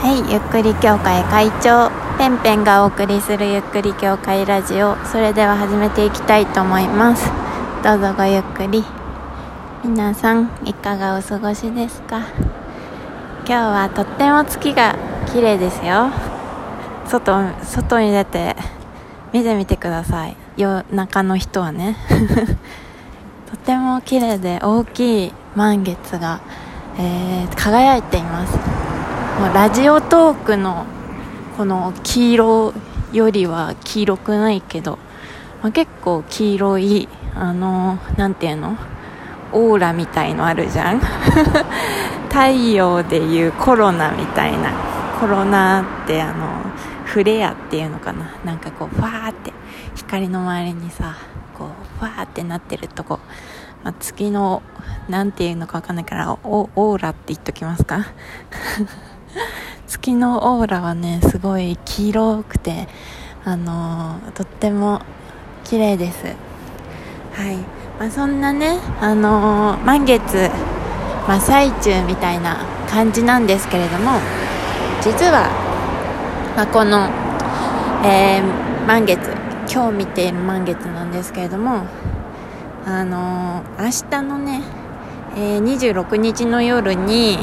はい、ゆっくり協会会長ペンペンがお送りするゆっくり協会ラジオ。それでは始めていきたいと思います。どうぞごゆっくり。皆さんいかがお過ごしですか？今日はとっても月が綺麗ですよ。外に出て見てみてください。夜中の人はねとても綺麗で大きい満月が、輝いています。もうラジオトークのこの黄色よりは黄色くないけど、結構黄色いなんていうの、オーラみたいのあるじゃん太陽でいうコロナみたいな。コロナってフレアっていうのかな、なんかこうファーって光の周りにさ、こうファーってなってるとこ、月のなんていうのか分かんないからオーラって言っときますか月のオーラはね、すごい黄色くてとっても綺麗です。はい、そんなね満月真っ最中みたいな感じなんですけれども、実は、この、満月、今日見ている満月なんですけれども、明日のね、26日の夜に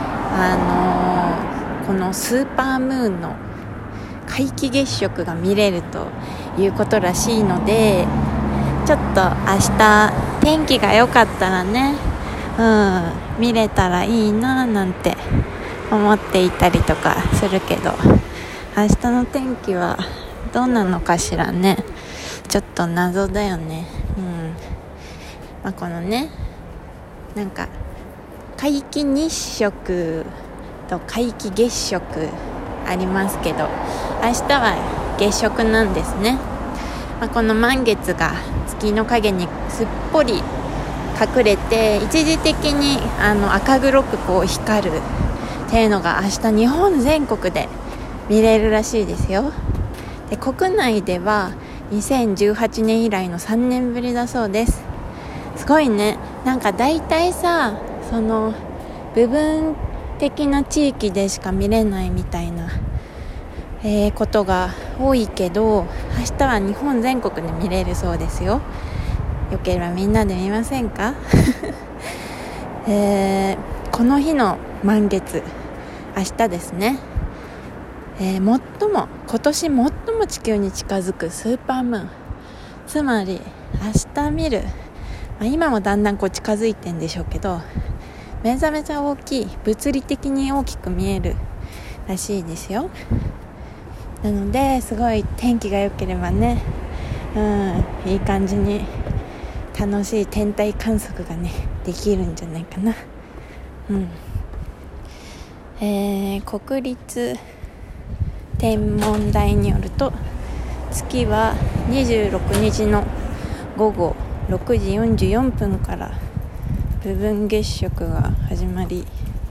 このスーパームーンの皆既月食が見れるということらしいので、ちょっと明日天気が良かったらね、見れたらいいななんて思っていたりとかするけど、明日の天気はどうなのかしらね。ちょっと謎だよね。このね、なんか皆既日食と皆既月食ありますけど、明日は月食なんですね。この満月が月の影にすっぽり隠れて、一時的に赤黒くこう光るっていうのが明日日本全国で見れるらしいですよ。で、国内では2018年以来の3年ぶりだそうです。すごいね。なんか大体さ、その部分的な地域でしか見れないみたいな、ことが多いけど、明日は日本全国で見れるそうですよ。よければみんなで見ませんかこの日の満月、明日ですね、今年最も地球に近づくスーパームーン、つまり明日見る、今もだんだんこう近づいてんでしょうけど、めちゃめちゃ大きい、物理的に大きく見えるらしいですよ。なので、すごい天気が良ければね、いい感じに楽しい天体観測がねできるんじゃないかな。国立天文台によると、月は26日の午後6時44分から部分月食が始まり、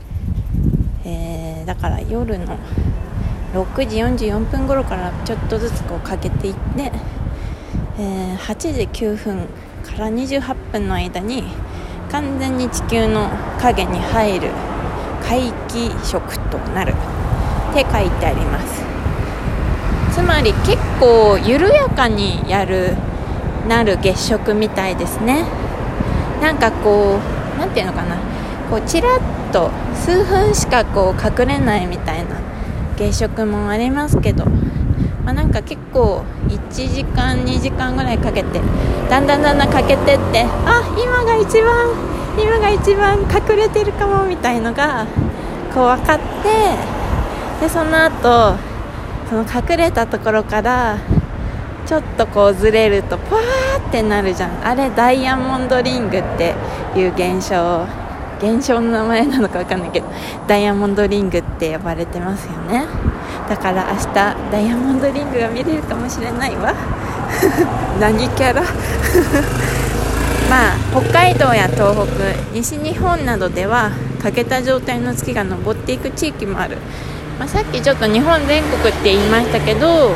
だから夜の6時44分頃からちょっとずつこうかけていって、8時9分から28分の間に完全に地球の影に入る皆既食となるって書いてあります。つまり結構緩やかになる月食みたいですね。なんかこう、なんていうのかな、こうちらっと数分しかこう隠れないみたいな月食もありますけど、なんか結構1時間2時間ぐらいかけてだんだんかけてって、今が一番隠れてるかもみたいのがこう分かって、でその後その隠れたところからちょっとこうずれるとパーってなるじゃん。あれダイヤモンドリングっていう現象の名前なのか分かんないけど、ダイヤモンドリングって呼ばれてますよね。だから明日ダイヤモンドリングが見れるかもしれないわ何キャラ北海道や東北、西日本などでは欠けた状態の月が昇っていく地域もある。さっきちょっと日本全国って言いましたけど、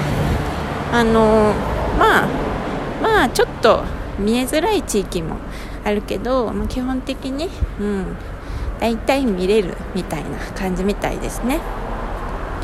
ちょっと見えづらい地域もあるけど、基本的にだいたい見れるみたいな感じみたいですね。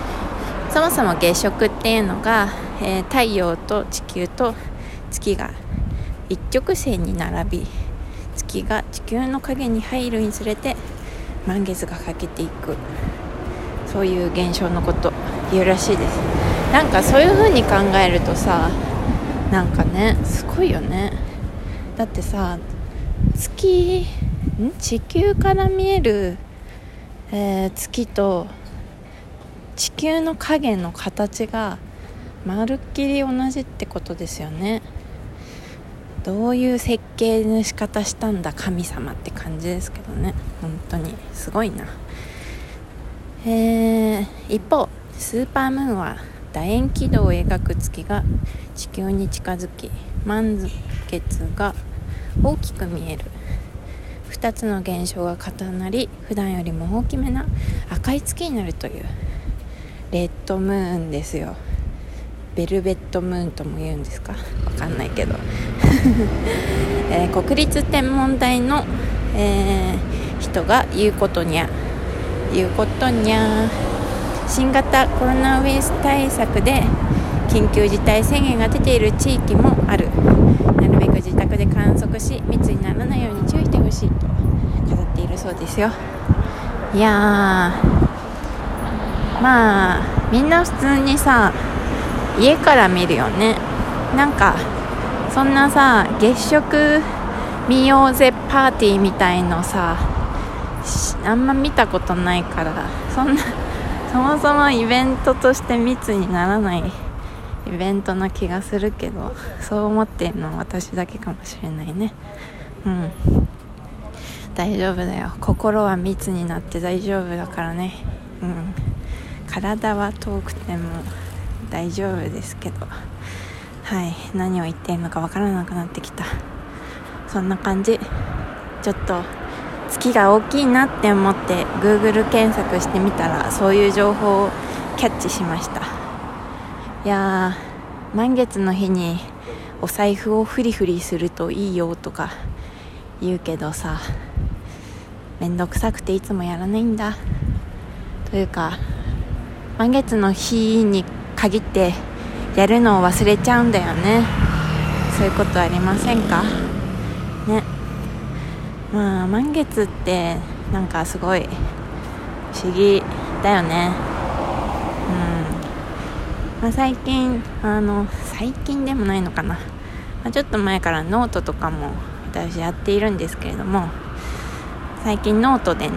そもそも月食っていうのが、太陽と地球と月が一直線に並び、月が地球の影に入るにつれて満月が欠けていく、そういう現象のこと言うらしいです。なんかそういう風に考えるとさ、なんかね、すごいよね。だってさ、地球から見える、月と地球の影の形がまるっきり同じってことですよね。どういう設計の仕方したんだ神様って感じですけどね。本当にすごいな。一方スーパームーンは楕円軌道を描く月が地球に近づき、満月が大きく見える。2つの現象が重なり、普段よりも大きめな赤い月になるというレッドムーンですよ。ベルベットムーンとも言うんですか、わかんないけど、国立天文台の、人が言うことにゃ新型コロナウイルス対策で緊急事態宣言が出ている地域もある。なるべく自宅で観測し、密にならないように注意してほしいと語っているそうですよ。いやー、まあみんな普通にさ、家から見るよね。なんかそんなさ、月食見ようぜパーティーみたいのさ、あんま見たことないから、そもそもイベントとして密にならないイベントな気がするけど、そう思ってるのは私だけかもしれないね。大丈夫だよ。心は密になって大丈夫だからね。体は遠くても大丈夫ですけど、何を言ってるのかわからなくなってきた。そんな感じ。ちょっと月が大きいなって思って Google 検索してみたら、そういう情報をキャッチしました。いやー、満月の日にお財布をフリフリするといいよとか言うけどさ、めんどくさくていつもやらないんだ。というか、満月の日に限ってやるのを忘れちゃうんだよね。そういうことありませんかね。まあ満月ってなんかすごい不思議だよね。最近でもないのかな、ちょっと前からノートとかも私やっているんですけれども、最近ノートでね、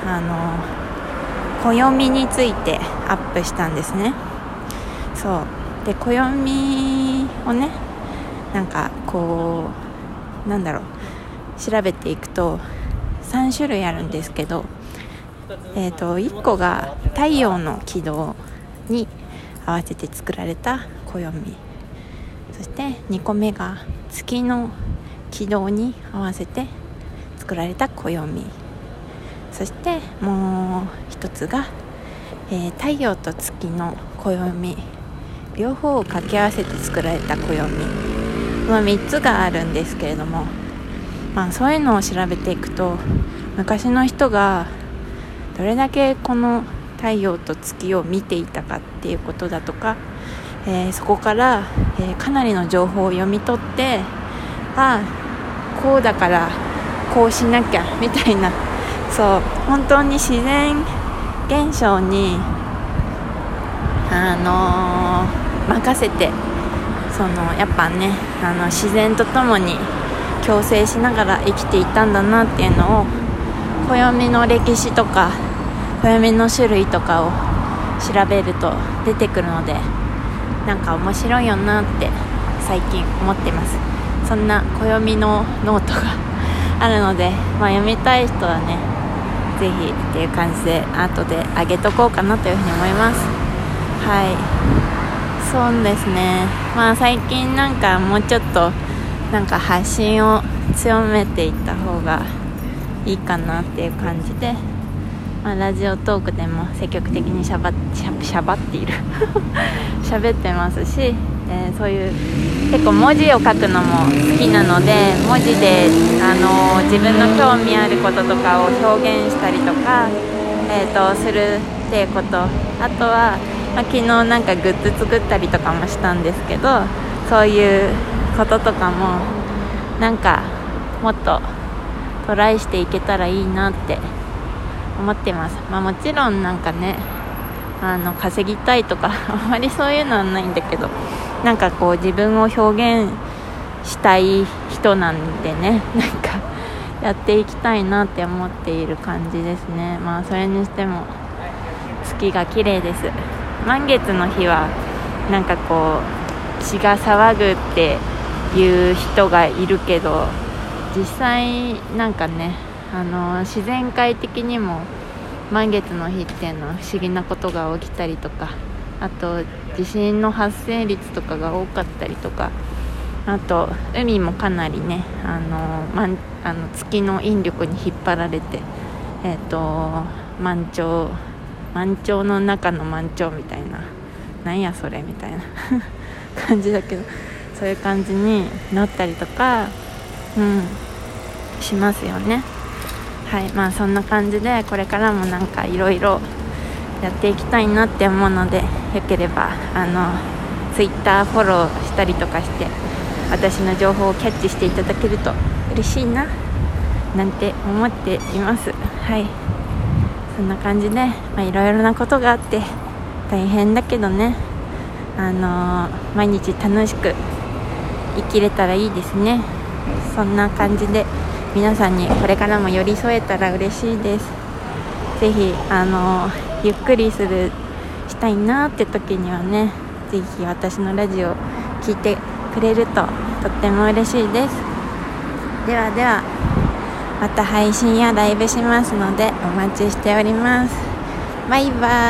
暦についてアップしたんですね。そうで、暦をね、なんかこう調べていくと3種類あるんですけど、1個が太陽の軌道に合わせて作られた暦、そして2個目が月の軌道に合わせて作られた暦、そしてもう一つが、太陽と月の暦両方を掛け合わせて作られた暦、この3つがあるんですけれども、そういうのを調べていくと、昔の人がどれだけこの太陽と月を見ていたかっていうことだとか、そこから、かなりの情報を読み取って、こうだからこうしなきゃみたいな、そう本当に自然現象に任せて、やっぱね、自然とともに共生しながら生きていたんだなっていうのを、暦の歴史とか暦の種類とかを調べると出てくるので、なんか面白いよなって最近思ってます。そんな暦のノートがあるので、読みたい人はね、ぜひっていう感じで後で上げとこうかなというふうに思います。そうですね。最近なんかもうちょっとなんか発信を強めていった方がいいかなっていう感じで、ラジオトークでも積極的にしゃばっている喋ってますし、そういう結構文字を書くのも好きなので、文字で自分の興味あることとかを表現したりとか、するっていうこと、あとは昨日なんかグッズ作ったりとかもしたんですけど、そういうこととかもなんかもっとトライしていけたらいいなって思ってます。もちろんなんかね稼ぎたいとかあんまりそういうのはないんだけど、なんかこう自分を表現したい人なんでね、なんかやっていきたいなって思っている感じですね。それにしても月が綺麗です。満月の日はなんかこう血が騒ぐっていう人がいるけど、実際なんかね自然界的にも満月の日っていうのは不思議なことが起きたりとか、あと地震の発生率とかが多かったりとか、あと海もかなりね月の引力に引っ張られて満潮の中の満潮みたいな、なんやそれみたいな感じだけど、そういう感じになったりとかしますよね。はい、そんな感じでこれからもなんかいろいろやっていきたいなって思うので、よければTwitter フォローしたりとかして私の情報をキャッチしていただけると嬉しいななんて思っています。はい、そんな感じでいろいろなことがあって大変だけどね、毎日楽しく生きれたらいいですね。そんな感じで皆さんにこれからも寄り添えたら嬉しいです。ぜひゆっくりしたいなって時にはね、ぜひ私のラジオを聞いてくれるととっても嬉しいです。ではではまた配信やライブしますのでお待ちしております。バイバーイ。